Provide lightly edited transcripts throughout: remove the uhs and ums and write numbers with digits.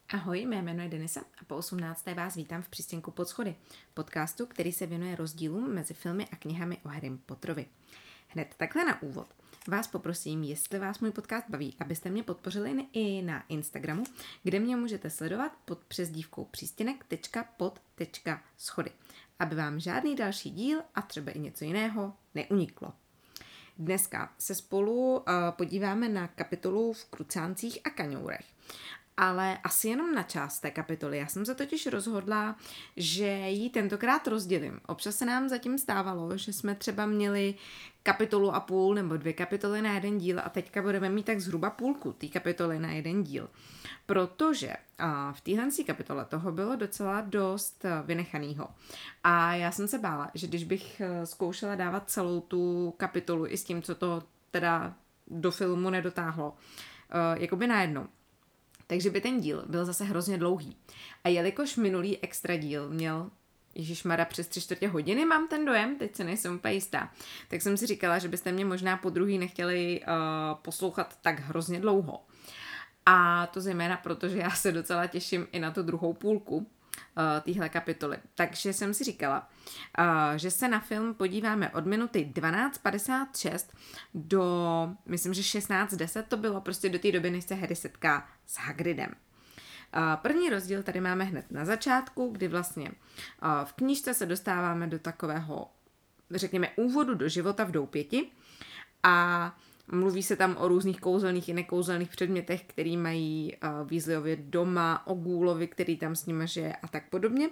Ahoj, mé jméno je Denisa a po 18. vás vítám v Přístěnku pod schody, podcastu, který se věnuje rozdílům mezi filmy a knihami o Harrym Potterovi. Hned takhle na úvod vás poprosím, jestli vás můj podcast baví, abyste mě podpořili i na Instagramu, kde mě můžete sledovat pod přezdívkou přístěnek.pod.schody, aby vám žádný další díl a třeba i něco jiného neuniklo. Dneska se spolu podíváme na kapitolu v Krucáncích a kaňourech. Ale asi jenom na část té kapitoly. Já jsem se totiž rozhodla, že ji tentokrát rozdělím. Občas se nám zatím stávalo, že jsme třeba měli kapitolu a půl nebo 2 kapitoly na jeden díl a teďka budeme mít tak zhruba půlku té kapitoly na jeden díl. Protože v téhle kapitole toho bylo docela dost vynechanýho. A já jsem se bála, že když bych zkoušela dávat celou tu kapitolu i s tím, co to teda do filmu nedotáhlo, jakoby najednou, takže by ten díl byl zase hrozně dlouhý. A jelikož minulý extra díl měl ježišmarja přes 3/4 hodiny, mám ten dojem, teď se nejsem úplně jistá, tak jsem si říkala, že byste mě možná po druhý nechtěli poslouchat tak hrozně dlouho. A to zejména proto, že já se docela těším i na tu druhou půlku téhle kapitoly. Takže jsem si říkala, že se na film podíváme od minuty 12:56 do, myslím, že 16:10 to bylo, prostě do té doby, než se Harry setká s Hagridem. První rozdíl tady máme hned na začátku, kdy vlastně v knížce se dostáváme do takového, řekněme, úvodu do života v doupěti a mluví se tam o různých kouzelných i nekouzelných předmětech, který mají Weasleyovi doma, o Goulovi, který tam s nima žije a tak podobně.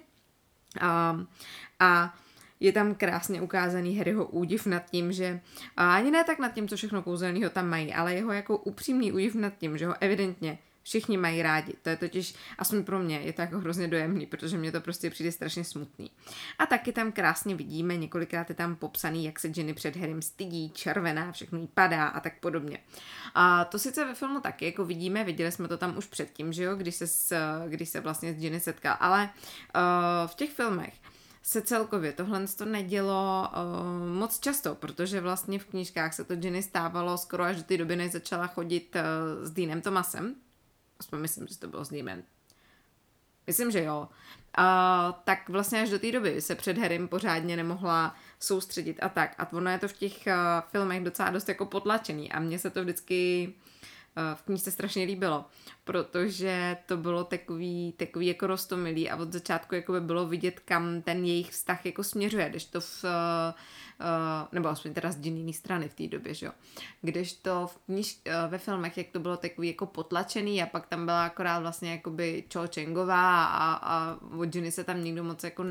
A je tam krásně ukázaný Harryho údiv nad tím, že ani ne tak nad tím, co všechno kouzelného tam mají, ale jeho jako upřímný údiv nad tím, že ho evidentně všichni mají rádi. To je totiž, aspoň pro mě, je to jako hrozně dojemný, protože mě to prostě přijde strašně smutný. A taky tam krásně vidíme, několikrát je tam popsaný, jak se Ginny před Harrym stydí, červená, všechno jí padá a tak podobně. A to sice ve filmu taky jako vidíme, viděli jsme to tam už předtím, že jo, když se vlastně s Ginny setkal, ale v těch filmech se celkově tohle to nedělo moc často, protože vlastně v knížkách se to Ginny stávalo skoro až do té doby, než začala chodit s Deanem Thomasem. Aspoň myslím, že to bylo s Deanem. Myslím, že jo. Tak vlastně až do té doby se před Harrym pořádně nemohla soustředit a tak. A ono je to v těch filmech docela dost jako potlačený a mně se to vždycky v knížce strašně líbilo, protože to bylo takový jako roztomilý a od začátku jako by bylo vidět, kam ten jejich vztah jako směřuje, když to nebo aspoň teda z Ginnyný strany v té době, že jo. Kdežto ve filmech, jak to bylo takový jako potlačený a pak tam byla akorát vlastně jakoby Cho Changová a od Ginny se tam nikdo moc jako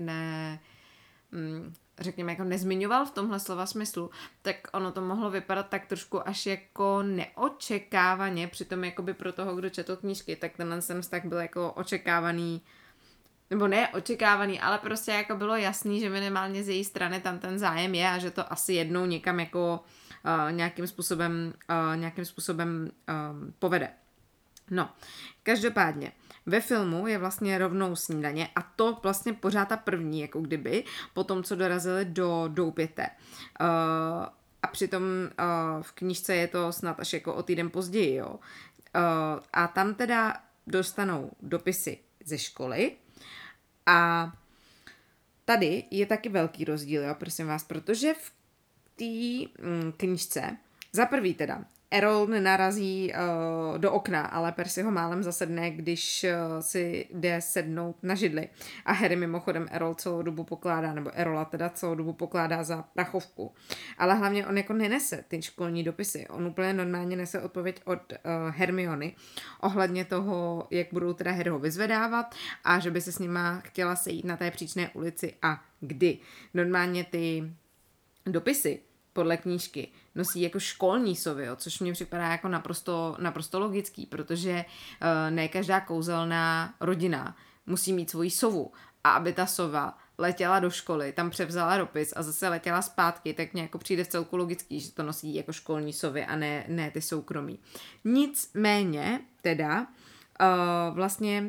řekněme, jako nezmiňoval v tomhle slova smyslu, tak ono to mohlo vypadat tak trošku až jako neočekávaně, přitom jakoby pro toho, kdo četl knížky, tak tenhle vztah byl jako očekávaný, nebo ne očekávaný, ale prostě jako bylo jasný, že minimálně z její strany tam ten zájem je a že to asi jednou někam jako nějakým způsobem povede. No, každopádně, ve filmu je vlastně rovnou snídaně a to vlastně pořád ta první, jako kdyby, po tom, co dorazili do doupěte. A přitom v knížce je to snad až jako o týden později, jo. A tam teda dostanou dopisy ze školy a tady je taky velký rozdíl, jo, prosím vás, protože v té knížce za prvý teda Errol nenarazí do okna, ale Percy ho málem zasedne, když si jde sednout na židli. A Harry mimochodem Errola teda celou dobu pokládá za prachovku. Ale hlavně on jako nenese ty školní dopisy. On úplně normálně nese odpověď od Hermiony ohledně toho, jak budou teda Harryho vyzvedávat a že by se s nima chtěla sejít na té Příčné ulici a kdy. Normálně ty dopisy podle knížky nosí jako školní sovy, jo, což mně připadá jako naprosto logický, protože ne každá kouzelná rodina musí mít svoji sovu a aby ta sova letěla do školy, tam převzala dopis a zase letěla zpátky, tak mně jako přijde v celku logický, že to nosí jako školní sovy a ne ty soukromí. Nicméně teda vlastně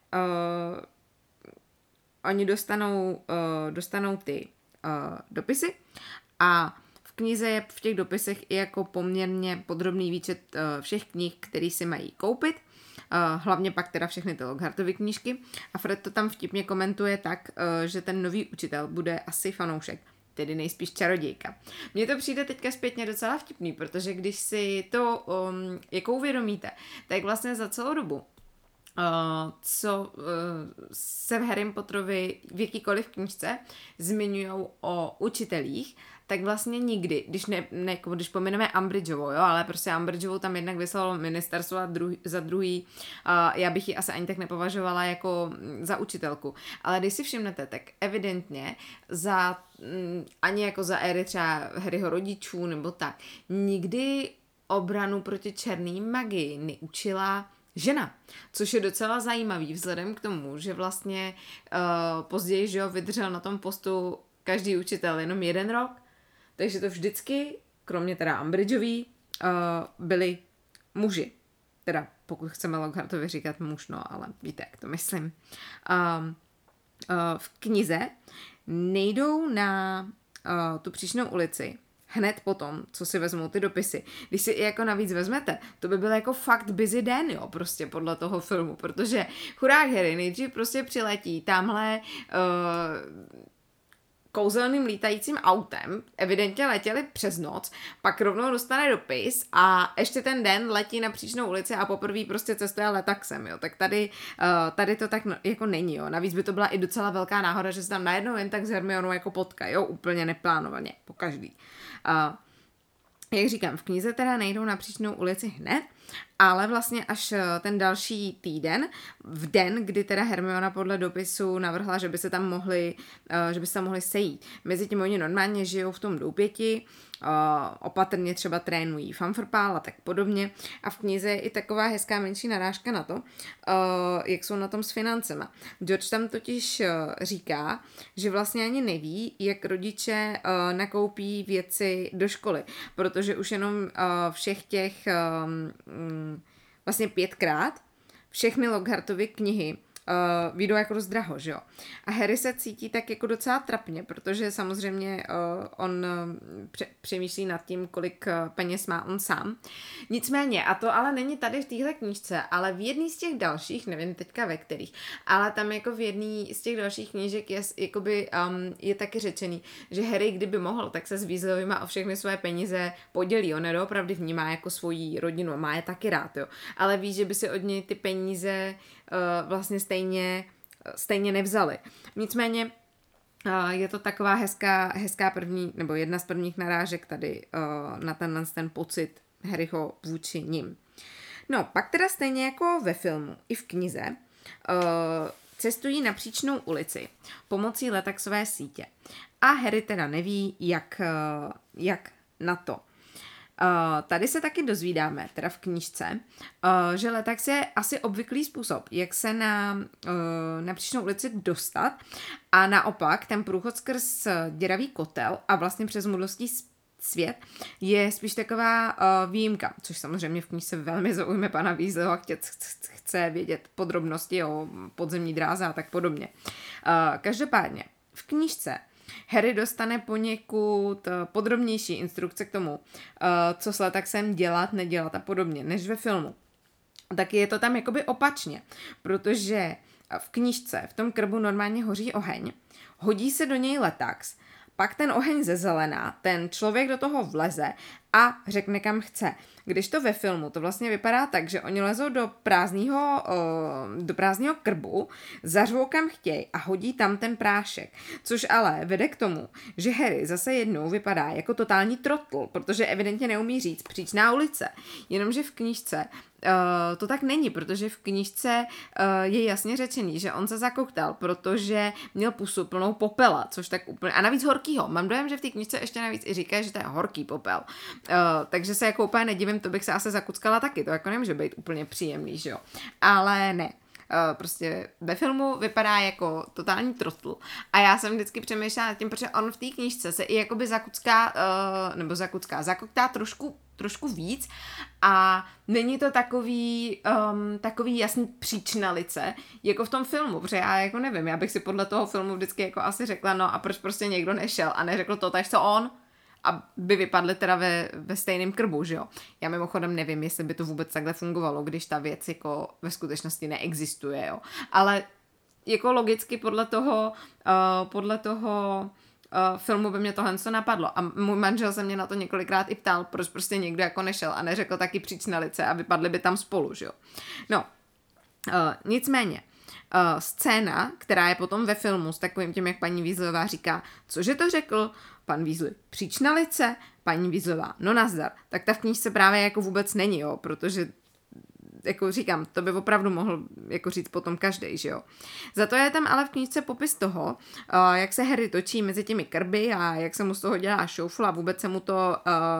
oni dostanou ty dopisy a v knize je v těch dopisech i jako poměrně podrobný výčet všech knih, který si mají koupit hlavně pak teda všechny ty Lockhartovy knížky. A Fred to tam vtipně komentuje tak, že ten nový učitel bude asi fanoušek, tedy nejspíš čarodějka. Mně to přijde teďka zpětně docela vtipný, protože když si to jako uvědomíte, tak vlastně za celou dobu, co se v Harrym Potterovi v jakýkoliv knížce zmiňujou o učitelích, tak vlastně nikdy, když pomeneme Umbridgeovou, jo, ale prostě Umbridgeovou tam jednak vyslalo ministerstvo a za druhý, já bych ji asi ani tak nepovažovala jako za učitelku. Ale když si všimnete, tak evidentně ani jako za éry třeba Harryho rodičů nebo tak, nikdy obranu proti černý magii neučila žena, což je docela zajímavý vzhledem k tomu, že vlastně později, že jo, vydržel na tom postu každý učitel jenom 1 rok, takže to vždycky, kromě teda Umbridgeový, byli muži. Teda pokud chceme Lockhartovi říkat muž, no, ale víte, jak to myslím. V knize nejdou na tu příčnou ulici hned potom, co si vezmou ty dopisy. Když si i jako navíc vezmete, to by byl jako fakt busy den, jo, prostě podle toho filmu, protože chudák Harry nejdřív prostě přiletí tamhle kouzelným lítajícím autem, evidentně letěli přes noc, pak rovnou dostane dopis a ještě ten den letí na příčnou ulici a poprvé prostě cestuje letaxem, jo, tak tady to tak jako není, jo, navíc by to byla i docela velká náhoda, že se tam najednou jen tak s Hermionou jako potkají, jo, úplně neplánovaně, po každý. Jak říkám, v knize teda nejdou na příčnou ulici hned, ale vlastně až ten další týden, v den, kdy teda Hermiona podle dopisu navrhla, že by se tam mohli sejít. Mezitím oni normálně žijou v tom doupěti, opatrně třeba trénují fanfrpál a tak podobně. A v knize je i taková hezká menší narážka na to, jak jsou na tom s financema. George tam totiž říká, že vlastně ani neví, jak rodiče nakoupí věci do školy, protože už jenom všech těch vlastně 5krát všechny Lockhartovy knihy vyjdou jako dost draho, že jo. A Harry se cítí tak jako docela trapně, protože samozřejmě on přemýšlí nad tím, kolik peněz má on sám. Nicméně, a to ale není tady v téhle knížce, ale v jedné z těch dalších, nevím teďka ve kterých, ale tam jako v jedné z těch dalších knížek je taky řečený, že Harry, kdyby mohl, tak se s Weasleyovýma o všechny své peníze podělí. On je doopravdy vnímá jako svoji rodinu a má je taky rád, jo. Ale ví, že by si od něj ty peníze vlastně stejně nevzali. Nicméně je to taková hezká první, nebo jedna z prvních narážek tady na ten pocit Harryho vůči nim. No, pak teda stejně jako ve filmu, i v knize, cestují na příčnou ulici pomocí letaxové sítě. A Harry teda neví, jak na to. Tady se taky dozvídáme, teda v knížce, že letax je asi obvyklý způsob, jak se na příčnou ulici dostat a naopak ten průchod skrz děravý kotel a vlastně přes mudlostí svět je spíš taková výjimka, což samozřejmě v knížce velmi zaujme pana Weasleyho a chce vědět podrobnosti o podzemní dráze a tak podobně. Každopádně v knížce Harry dostane poněkud podrobnější instrukce k tomu, co s letaxem dělat, nedělat a podobně, než ve filmu. Taky je to tam jakoby opačně, protože v knížce v tom krbu normálně hoří oheň, hodí se do něj letax, pak ten oheň zezelená, ten člověk do toho vleze a řekne, kam chce. Když to ve filmu, to vlastně vypadá tak, že oni lezou do prázdného krbu, zařvou kam chtějí a hodí tam ten prášek. Což ale vede k tomu, že Harry zase jednou vypadá jako totální trotl, protože evidentně neumí říct příčná ulice. Jenomže v knížce to tak není, protože v knížce je jasně řečený, že on se zakoktal, protože měl pusu plnou popela, což tak úplně... A navíc horkýho. Mám dojem, že v té knížce ještě navíc i říká, že to je horký popel. Takže se jako úplně nedivím, to bych se asi zakuckala taky, to jako nemůže být úplně příjemný, že jo. Ale ne. Prostě ve filmu vypadá jako totální trotl a já jsem vždycky přemýšlela nad tím, protože on v té knížce se i jakoby zakoktá trošku víc a není to takový jasný příčnalice jako v tom filmu, protože já jako nevím, já bych si podle toho filmu vždycky jako asi řekla, no a proč prostě někdo nešel a neřekl to tak, co on. aby vypadly teda ve stejném krbu, že jo. Já mimochodem nevím, jestli by to vůbec takhle fungovalo, když ta věc jako ve skutečnosti neexistuje, jo. Ale jako logicky podle toho filmu by mě tohle co napadlo. A můj manžel se mě na to několikrát i ptal, proč prostě někdo jako nešel a neřekl taky příčnalice a vypadli by tam spolu, že jo. No, nicméně, scéna, která je potom ve filmu s takovým tím, jak paní Weasleová říká, cože to řekl pan Weasley, příčnalice, paní Weasleová, no nazdar, tak ta v knížce právě jako vůbec není, jo, protože jako říkám, to by opravdu mohl jako říct potom každej, že jo. Za to je tam ale v knížce popis toho, jak se Harry točí mezi těmi krby a jak se mu z toho dělá šoufl a vůbec se mu to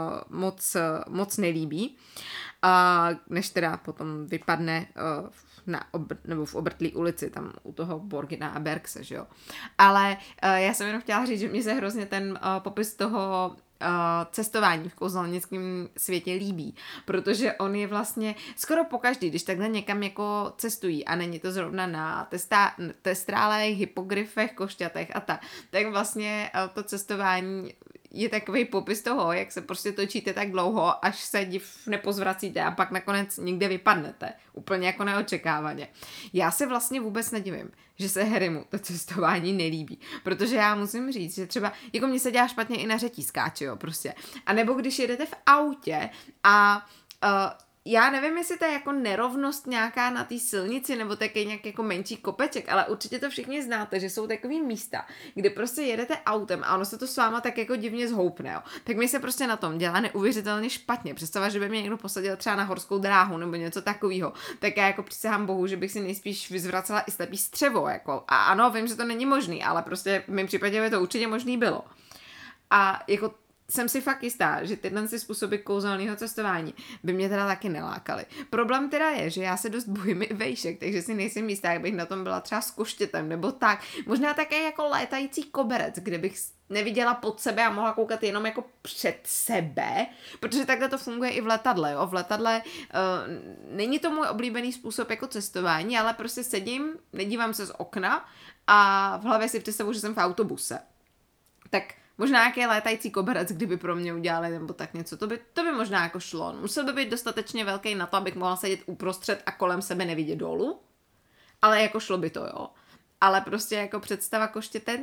moc nelíbí, než teda potom vypadne nebo v Obrtlé ulici, tam u toho Borgina a Berkse, že jo. Ale já jsem jenom chtěla říct, že mě se hrozně ten popis toho cestování v kouzelnickém světě líbí, protože on je vlastně skoro pokaždý, když takhle někam jako cestují a není to zrovna na testrálech, hypogryfech, košťatech a tak vlastně to cestování je takový popis toho, jak se prostě točíte tak dlouho, až se div nepozvracíte a pak nakonec někde vypadnete. Úplně jako neočekávaně. Já se vlastně vůbec nedivím, že se Harrymu to cestování nelíbí, protože já musím říct, že třeba, jako mně se dělá špatně i na řetízkáči, jo, prostě. A nebo když jedete v autě a já nevím, jestli to je jako nerovnost nějaká na té silnici, nebo taky nějaký jako menší kopeček, ale určitě to všichni znáte, že jsou takový místa, kde prostě jedete autem a ono se to s váma tak jako divně zhoupne, jo. Tak mi se prostě na tom dělá neuvěřitelně špatně. Představa, že by mě někdo posadil třeba na horskou dráhu nebo něco takového, tak já jako přísahám Bohu, že bych si nejspíš vyzvracela i slepý střevo, jako. A ano, vím, že to není možný, ale prostě v mém případě by to určitě možný bylo. A jako jsem si fakt jistá, že tyhle způsoby kouzelného cestování by mě teda taky nelákaly. Problém teda je, že já se dost bojím i vejšek, takže si nejsem jistá, jak bych na tom byla třeba s koštětem nebo tak. Možná také jako létající koberec, kde bych neviděla pod sebe a mohla koukat jenom jako před sebe, protože takhle to funguje i v letadle, jo. V letadle není to můj oblíbený způsob jako cestování, ale prostě sedím, nedívám se z okna a v hlavě si představuji, že jsem v autobuse. Tak možná nějaký létající koberec, kdyby pro mě udělali nebo tak něco, to by možná jako šlo. Musel by být dostatečně velký na to, abych mohla sedět uprostřed a kolem sebe nevidět dolů, ale jako šlo by to, jo. Ale prostě jako představa koštěte,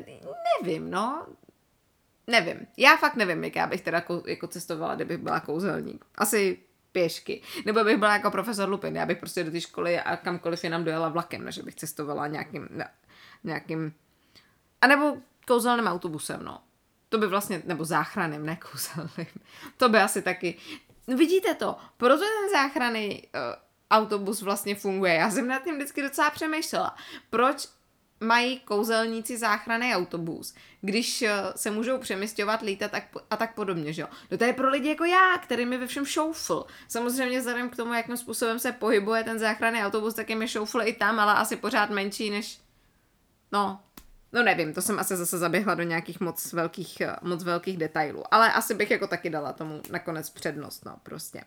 nevím. Já fakt nevím, jak já bych teda jako cestovala, kdybych byla kouzelník. Asi pěšky. Nebo bych byla jako profesor Lupin, já bych prostě do té školy a kamkoliv jinam dojela vlakem, než bych cestovala nějakým a nebo kouzelným autobusem, no. To by vlastně, nebo záchranným, ne kouzelným. To by asi taky. Vidíte to? Proto ten záchranný autobus vlastně funguje. Já jsem nad tím vždycky docela přemýšlela. Proč mají kouzelníci záchranný autobus, když se můžou přemisťovat, lítat a tak podobně, že jo? No to je pro lidi jako já, který mi ve všem šoufl. Samozřejmě vzhledem k tomu, jakým způsobem se pohybuje ten záchranný autobus, tak je mi šoufl i tam, ale asi pořád menší než, No nevím, to jsem asi zase zaběhla do nějakých moc velkých detailů, ale asi bych jako taky dala tomu nakonec přednost, no prostě.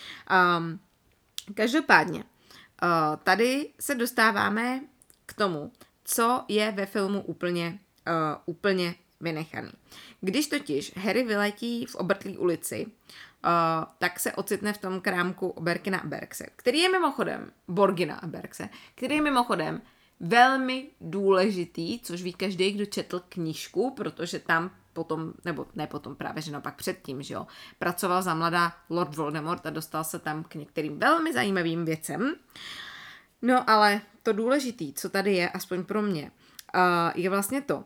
Každopádně, tady se dostáváme k tomu, co je ve filmu úplně vynechaný. Když totiž Harry vyletí v Obrtlé ulici, tak se ocitne v tom krámku Berkina a Berkse, který je mimochodem Borgina a Berkse, který je mimochodem velmi důležitý, což ví každý, kdo četl knížku, protože tam potom, nebo ne potom právě, že naopak předtím, že jo, pracoval za mladá Lord Voldemort a dostal se tam k některým velmi zajímavým věcem. No ale to důležitý, co tady je, aspoň pro mě, je vlastně to,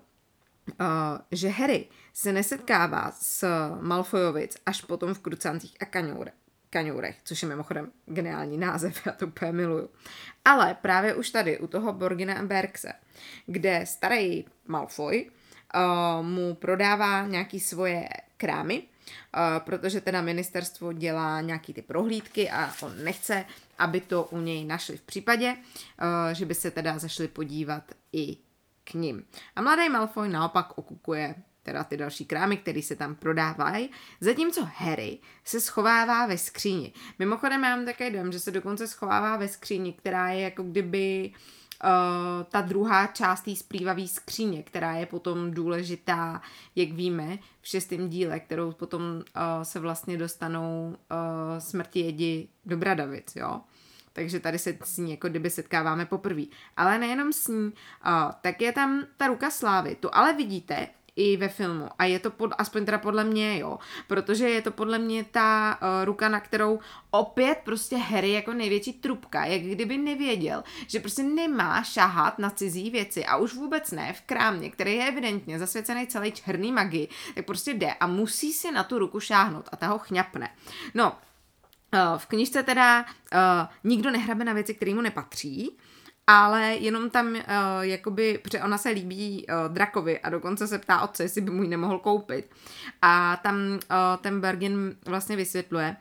že Harry se nesetkává s Malfojovic až potom v Krucancích a Kaňourech, což je mimochodem geniální název, já to úplně miluju. Ale právě už tady, u toho Borgina a Berkse, kde starý Malfoy mu prodává nějaký svoje krámy, protože teda ministerstvo dělá nějaký ty prohlídky a on nechce, aby to u něj našli v případě, že by se teda zašli podívat i k ním. A mladý Malfoy naopak okukuje teda ty další krámy, které se tam prodávají, zatímco Harry se schovává ve skříni. Mimochodem já mám takový dojem, že se dokonce schovává ve skříni, která je jako kdyby ta druhá část té splývavé skříně, která je potom důležitá, jak víme, v 6. díle, kterou potom se vlastně dostanou smrti jedi do Bradavic, jo. Takže tady se s ní jako kdyby setkáváme poprvé. Ale nejenom s ní, tak je tam ta ruka slávy. Tu ale vidíte i ve filmu. A je to aspoň teda podle mě, jo. Protože je to podle mě ta ruka, na kterou opět prostě Harry jako největší trubka, jak kdyby nevěděl, že prostě nemá šahat na cizí věci a už vůbec ne v krámě, který je evidentně zasvěcený celý černý magii, tak prostě jde a musí si na tu ruku šáhnout a ta ho chňapne. No, v knižce teda nikdo nehrabe na věci, které mu nepatří, ale jenom tam jakoby, protože ona se líbí drakovi a dokonce se ptá otce, jestli by mu ji nemohl koupit. A tam ten Bergin vlastně vysvětluje,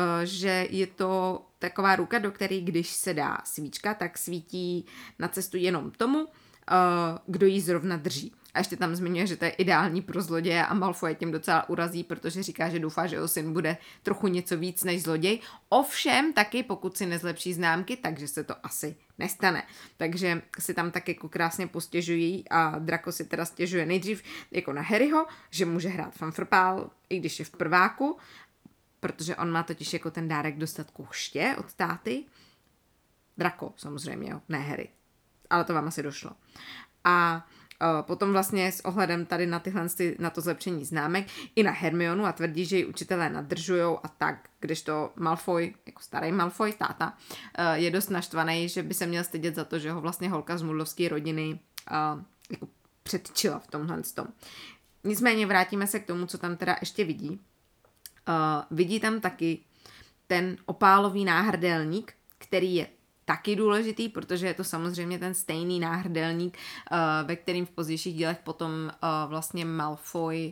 že je to taková ruka, do které když se dá svíčka, tak svítí na cestu jenom tomu, kdo ji zrovna drží. A ještě tam zmiňuje, že to je ideální pro zloděje a Malfoy tím docela urazí, protože říká, že doufá, že jeho syn bude trochu něco víc než zloděj. Ovšem taky, pokud si nezlepší známky, takže se to asi nestane. Takže si tam tak jako krásně postěžují a Draco si teda stěžuje nejdřív jako na Harryho, že může hrát fanfrpál, i když je v prváku, protože on má totiž jako ten dárek dostat kouště od táty. Draco samozřejmě, jo, ne Harry. Ale to vám asi došlo. A potom vlastně s ohledem tady na na to zlepšení známek i na Hermionu a tvrdí, že ji učitelé nadržujou a tak, kdežto Malfoy, jako starý Malfoy, táta, je dost naštvaný, že by se měl stydět za to, že ho vlastně holka z mudlovské rodiny jako předčila v tomhle tom. Nicméně vrátíme se k tomu, co tam teda ještě vidí. Vidí tam taky ten opálový náhrdelník, který je taky důležitý, protože je to samozřejmě ten stejný náhrdelník, ve kterým v pozdějších dílech potom vlastně Malfoy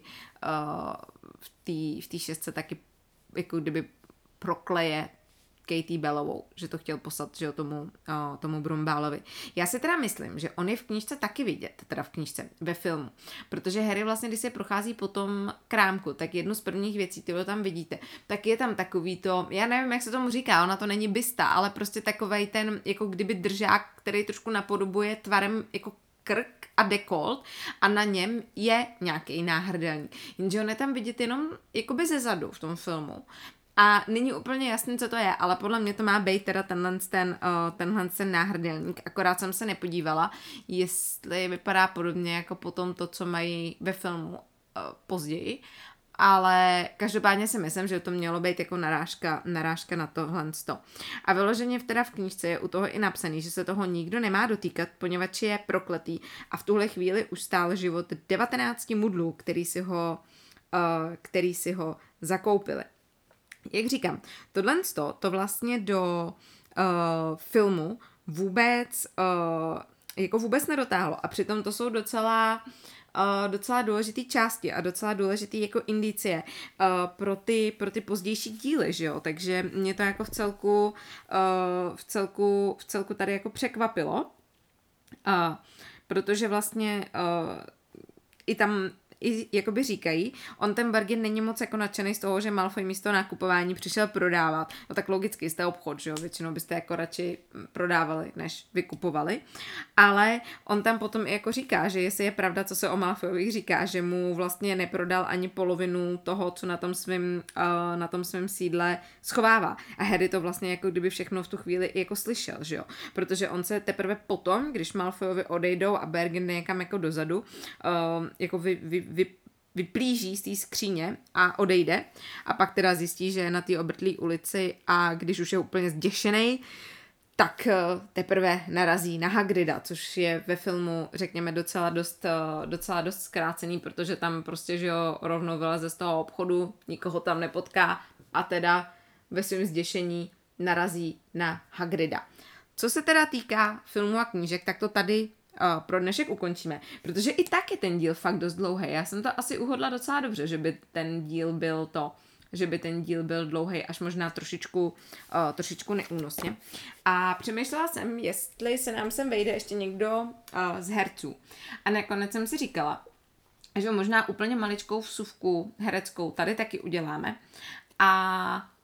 v té šestce taky jako kdyby prokleje Katie Bellovou, že to chtěl poslat, že tomu Brumbálovi. Já si teda myslím, že on je v knížce taky vidět, teda v knížce, ve filmu, protože Harry vlastně, když se prochází po tom krámku, tak jednu z prvních věcí, kterou tam vidíte, tak je tam takový to, já nevím, jak se tomu říká, ona to není bysta, ale prostě takovej ten, jako kdyby držák, který trošku napodobuje tvarem jako krk a dekolt a na něm je nějaký náhrdelník. Jenže on je tam vidět jenom jakoby ze zadu v tom filmu. A není úplně jasný, co to je, ale podle mě to má být teda tenhle ten náhrdelník. Akorát jsem se nepodívala, jestli vypadá podobně jako potom to, co mají ve filmu později. Ale každopádně si myslím, že to mělo být jako narážka na tohle. A vyloženě teda v knížce je u toho i napsaný, že se toho nikdo nemá dotýkat, poněvadž je prokletý a v tuhle chvíli už stál život 19 mudlů, který si ho zakoupili. Jak říkám, to vlastně do filmu vůbec nedotáhlo a přitom to jsou docela důležitý části a docela důležitý jako indicie pro ty pozdější díly, že jo, takže mě to jako v celku tady jako překvapilo, protože vlastně i tam jakoby říkají, on ten Bergin není moc jako nadšený z toho, že Malfoy místo nakupování přišel prodávat. No tak logicky, jste obchod, že jo, většinou byste jako radši prodávali, než vykupovali. Ale on tam potom i jako říká, že jestli je pravda, co se o Malfoyovi říká, že mu vlastně neprodal ani polovinu toho, co na tom svém sídle schovává. A Harry to vlastně jako kdyby všechno v tu chvíli jako slyšel, že jo. Protože on se teprve potom, když Malfoyovi odejdou a Bergin někam jako dozadu, jako vyplíží z té skříně a odejde a pak teda zjistí, že je na té obrtlé ulici a když už je úplně zděšenej, tak teprve narazí na Hagrida, což je ve filmu, řekněme, docela dost zkrácený, protože tam prostě, že jo, rovnou vyleze z toho obchodu, nikoho tam nepotká a teda ve svém zděšení narazí na Hagrida. Co se teda týká filmu a knížek, tak to tady pro dnešek ukončíme, protože i tak je ten díl fakt dost dlouhý. Já jsem to asi uhodla docela dobře, že by ten díl byl dlouhý až možná trošičku neúnosně. A přemýšlela jsem, jestli se nám sem vejde ještě někdo z herců. A nakonec jsem si říkala, že možná úplně maličkou vsuvku hereckou tady taky uděláme. A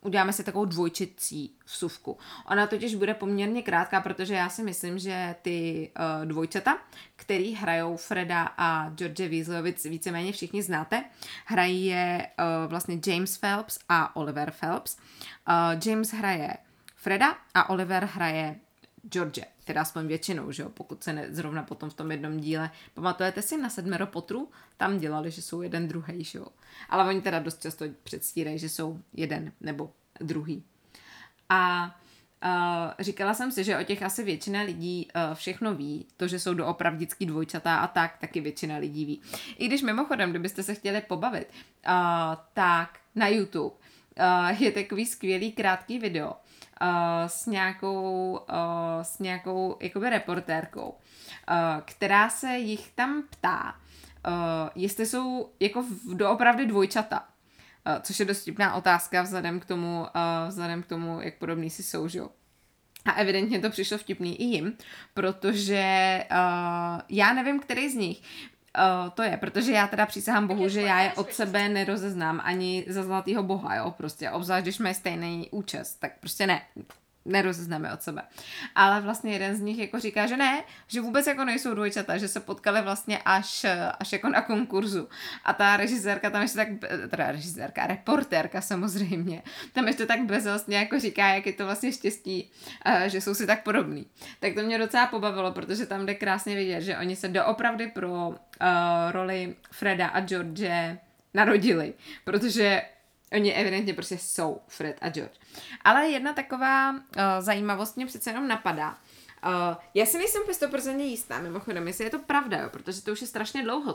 uděláme si takovou dvojčicí vsuvku. Ona totiž bude poměrně krátká, protože já si myslím, že ty dvojčata, který hrajou Freda a George Weasleyovic, víceméně všichni znáte, hrají je vlastně James Phelps a Oliver Phelps. James hraje Freda a Oliver hraje George, teda aspoň většinou, že jo, pokud se zrovna potom v tom jednom díle. Pamatujete si na Sedmero Potterů? Tam dělali, že jsou jeden druhý, že jo. Ale oni teda dost často předstírají, že jsou jeden nebo druhý. A říkala jsem si, že o těch asi většina lidí všechno ví, to, že jsou doopravdický dvojčatá a tak, taky většina lidí ví. I když mimochodem, kdybyste se chtěli pobavit, tak na YouTube je takový skvělý krátký video s nějakou jakoby reportérkou, která se jich tam ptá, jestli jsou jako doopravdy dvojčata. Což je dost vtipná otázka vzhledem k tomu, jak podobný si jsou, že jo. A evidentně to přišlo vtipný i jim, protože já nevím, který z nich to je, protože já teda přísahám Bohu, že já je od sebe nerozeznám ani za Zlatýho Boha, jo, prostě, obzvlášť, když mají stejný účest, tak prostě nerozeznáme od sebe. Ale vlastně jeden z nich jako říká, že ne, že vůbec jako nejsou dvojčata, že se potkali vlastně až jako na konkurzu. A ta režisérka tam ještě reportérka samozřejmě, tam ještě tak bezelstně jako říká, jak je to vlastně štěstí, že jsou si tak podobný. Tak to mě docela pobavilo, protože tam jde krásně vidět, že oni se doopravdy pro roli Freda a George narodili, protože oni evidentně prostě jsou Fred a George. Ale jedna taková zajímavost mě přece jenom napadá. Já si nejsem 100% jistá, mimochodem, jestli je to pravda, jo, protože to už je strašně dlouho,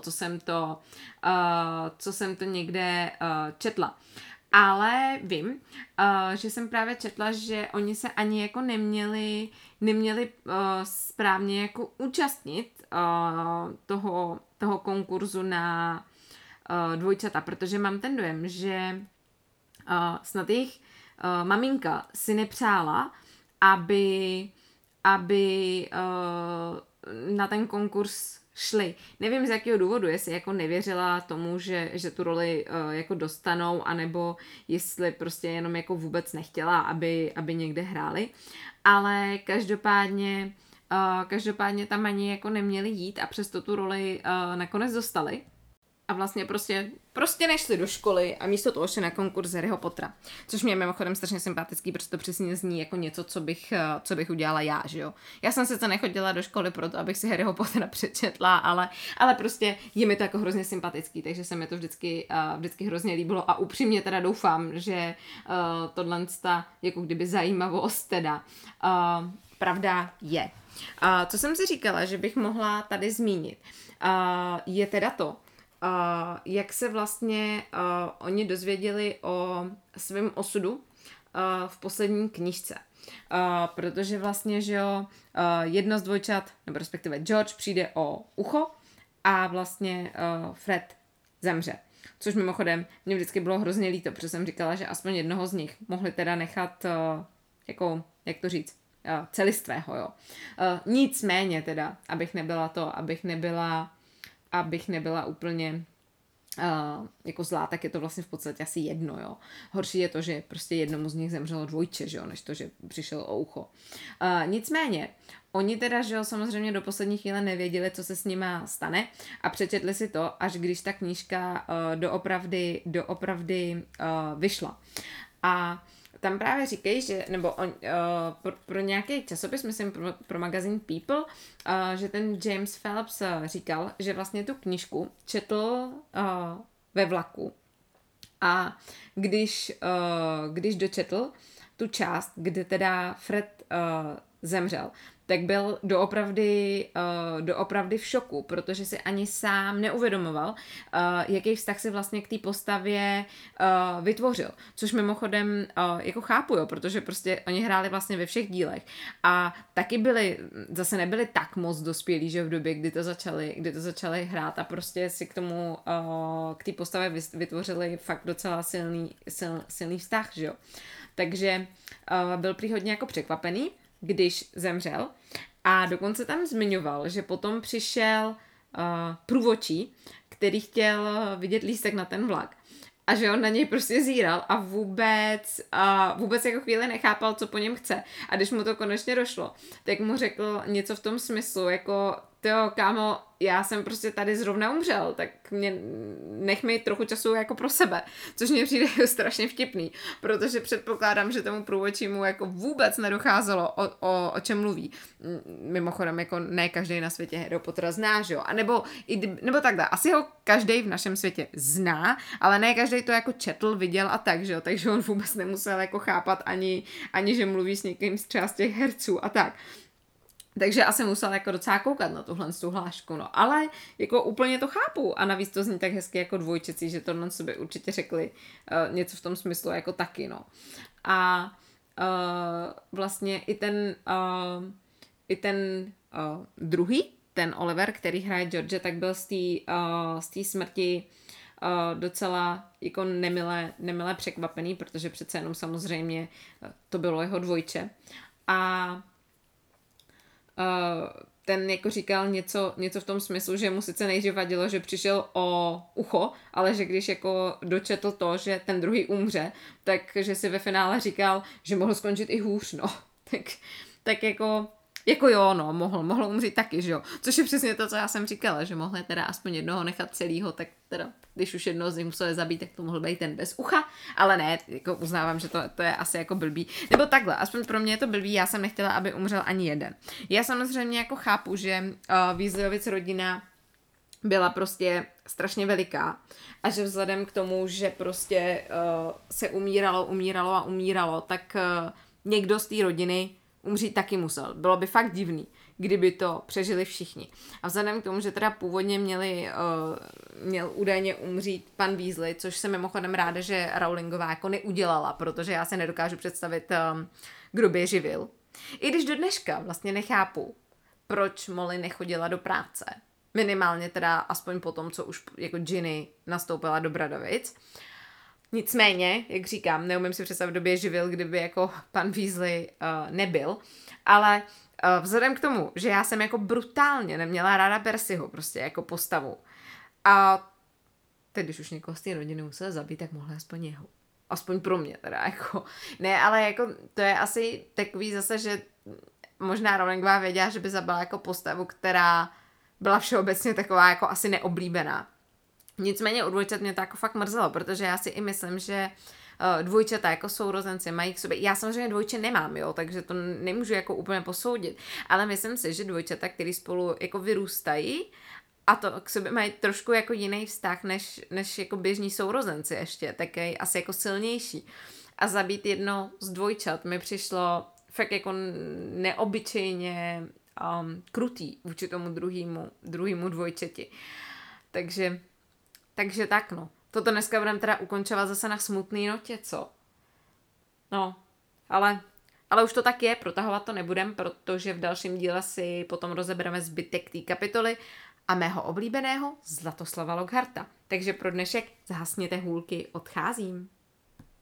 co jsem to někde četla. Ale vím, že jsem právě četla, že oni se ani jako neměli správně jako účastnit toho konkurzu na dvojčata, protože mám ten dojem, že snad jejich maminka si nepřála, aby na ten konkurs šli. Nevím z jakého důvodu, jestli jako nevěřila tomu, že tu roli jako dostanou, anebo jestli prostě jenom jako vůbec nechtěla, aby někde hráli. Ale každopádně tam ani jako neměli jít a přesto tu roli nakonec dostali. A vlastně prostě nešli do školy a místo toho šli na konkurs Harryho Pottera. Což mě je mimochodem strašně sympatický, protože to přesně zní jako něco, co bych udělala já, že jo. Já jsem sice nechodila do školy proto, abych si Harryho Pottera přečetla, ale prostě je mi to jako hrozně sympatický, takže se mi to vždycky hrozně líbilo a upřímně teda doufám, že tohle jako kdyby zajímavost teda pravda je. Co jsem si říkala, že bych mohla tady zmínit, je teda to, jak se vlastně oni dozvěděli o svém osudu v poslední knížce. Protože vlastně, že jo, jedno z dvojčat, nebo respektive George přijde o ucho a vlastně Fred zemře. Což mimochodem mě vždycky bylo hrozně líto, protože jsem říkala, že aspoň jednoho z nich mohli teda nechat jako, jak to říct, celistvého, jo. Nicméně teda, abych nebyla úplně jako zlá, tak je to vlastně v podstatě asi jedno, jo. Horší je to, že prostě jednomu z nich zemřelo dvojče, že jo, než to, že přišel o ucho. Nicméně, oni teda, že jo, samozřejmě do poslední chvíle nevěděli, co se s nima stane a přečetli si to, až když ta knížka doopravdy vyšla. A tam právě říkají, že, nebo pro nějaký časopis, myslím pro magazín People, že ten James Phelps říkal, že vlastně tu knížku četl ve vlaku a když dočetl tu část, kde teda Fred zemřel, tak byl doopravdy v šoku, protože si ani sám neuvědomoval, jaký vztah si vlastně k té postavě vytvořil. Což mimochodem jako chápu, jo, protože prostě oni hráli vlastně ve všech dílech a taky zase nebyli tak moc dospělí, že v době, kdy to začali hrát a prostě si k té postavě vytvořili fakt docela silný vztah, že jo. Takže byl prý hodně jako překvapený, když zemřel a dokonce tam zmiňoval, že potom přišel průvodčí, který chtěl vidět lístek na ten vlak a že on na něj prostě zíral a vůbec jako chvíli nechápal, co po něm chce. A když mu to konečně došlo, tak mu řekl něco v tom smyslu, jako tyjo, kámo, já jsem prostě tady zrovna umřel, tak nech mi trochu času jako pro sebe, což mě přijde strašně vtipný, protože předpokládám, že tomu průvodčímu jako vůbec nedocházelo, o čem mluví. Mimochodem, jako ne každý na světě Harryho Pottera zná, že jo? A nebo takhle, asi ho každý v našem světě zná, ale ne každý to jako četl, viděl a tak, že jo? Takže on vůbec nemusel jako chápat ani že mluví s někým třeba z těch herců a tak. Takže asi musel jako docela koukat na tuhle hlášku, no. Ale jako úplně to chápu a navíc to zní tak hezky jako dvojčecí, že tohle sobě určitě řekli něco v tom smyslu jako taky, no. A vlastně i ten druhý, ten Oliver, který hraje George, tak byl z té smrti docela jako nemile překvapený, protože přece jenom samozřejmě to bylo jeho dvojče. A ten jako říkal něco v tom smyslu, že mu sice nejdřív vadilo, že přišel o ucho, ale že když jako dočetl to, že ten druhý umře, takže si ve finále říkal, že mohl skončit i hůř, no. Tak jako jo, no, mohl umřít taky, že jo. Což je přesně to, co já jsem říkala, že mohli teda aspoň jednoho nechat celýho, tak teda, když už jednoho z nich museli zabít, tak to mohl být ten bez ucha, ale ne, jako uznávám, že to je asi jako blbý. Nebo takhle, aspoň pro mě je to blbý, já jsem nechtěla, aby umřel ani jeden. Já samozřejmě jako chápu, že Weasleyovic rodina byla prostě strašně veliká a že vzhledem k tomu, že prostě se umíralo, tak někdo z té rodiny umřít taky musel. Bylo by fakt divný, kdyby to přežili všichni. A vzhledem k tomu, že teda původně měl údajně umřít pan Weasley, což jsem mimochodem ráda, že Rowlingová jako neudělala, protože já se nedokážu představit, kdo by je živil. I když do dneška vlastně nechápu, proč Molly nechodila do práce. Minimálně teda aspoň po tom, co už jako Ginny nastoupila do Bradavic. Nicméně, jak říkám, neumím si představit, kdo by je živil, kdyby jako pan Weasley nebyl, ale vzhledem k tomu, že já jsem jako brutálně neměla ráda Percyho prostě jako postavu a teď, když už někoho z té rodiny musel zabít, tak mohli aspoň jeho. Aspoň pro mě teda, jako. Ne, ale jako to je asi takový zase, že možná Rowlingová věděla, že by zabila jako postavu, která byla všeobecně taková jako asi neoblíbená. Nicméně u dvojčat mě to jako fakt mrzelo, protože já si i myslím, že dvojčata jako sourozenci mají k sobě, já samozřejmě dvojče nemám, jo, takže to nemůžu jako úplně posoudit, ale myslím si, že dvojčata, který spolu jako vyrůstají a to k sobě mají trošku jako jiný vztah než jako běžní sourozenci ještě, tak je asi jako silnější. A zabít jedno z dvojčat mi přišlo fakt jako neobyčejně krutý vůči tomu druhému dvojčeti. Takže tak, no. Toto dneska budeme teda ukončovat zase na smutný notě, co? No, ale už to tak je, protahovat to nebudem, protože v dalším díle si potom rozebereme zbytek té kapitoly a mého oblíbeného Zlatoslava Lockharta. Takže pro dnešek zhasněte hůlky, odcházím.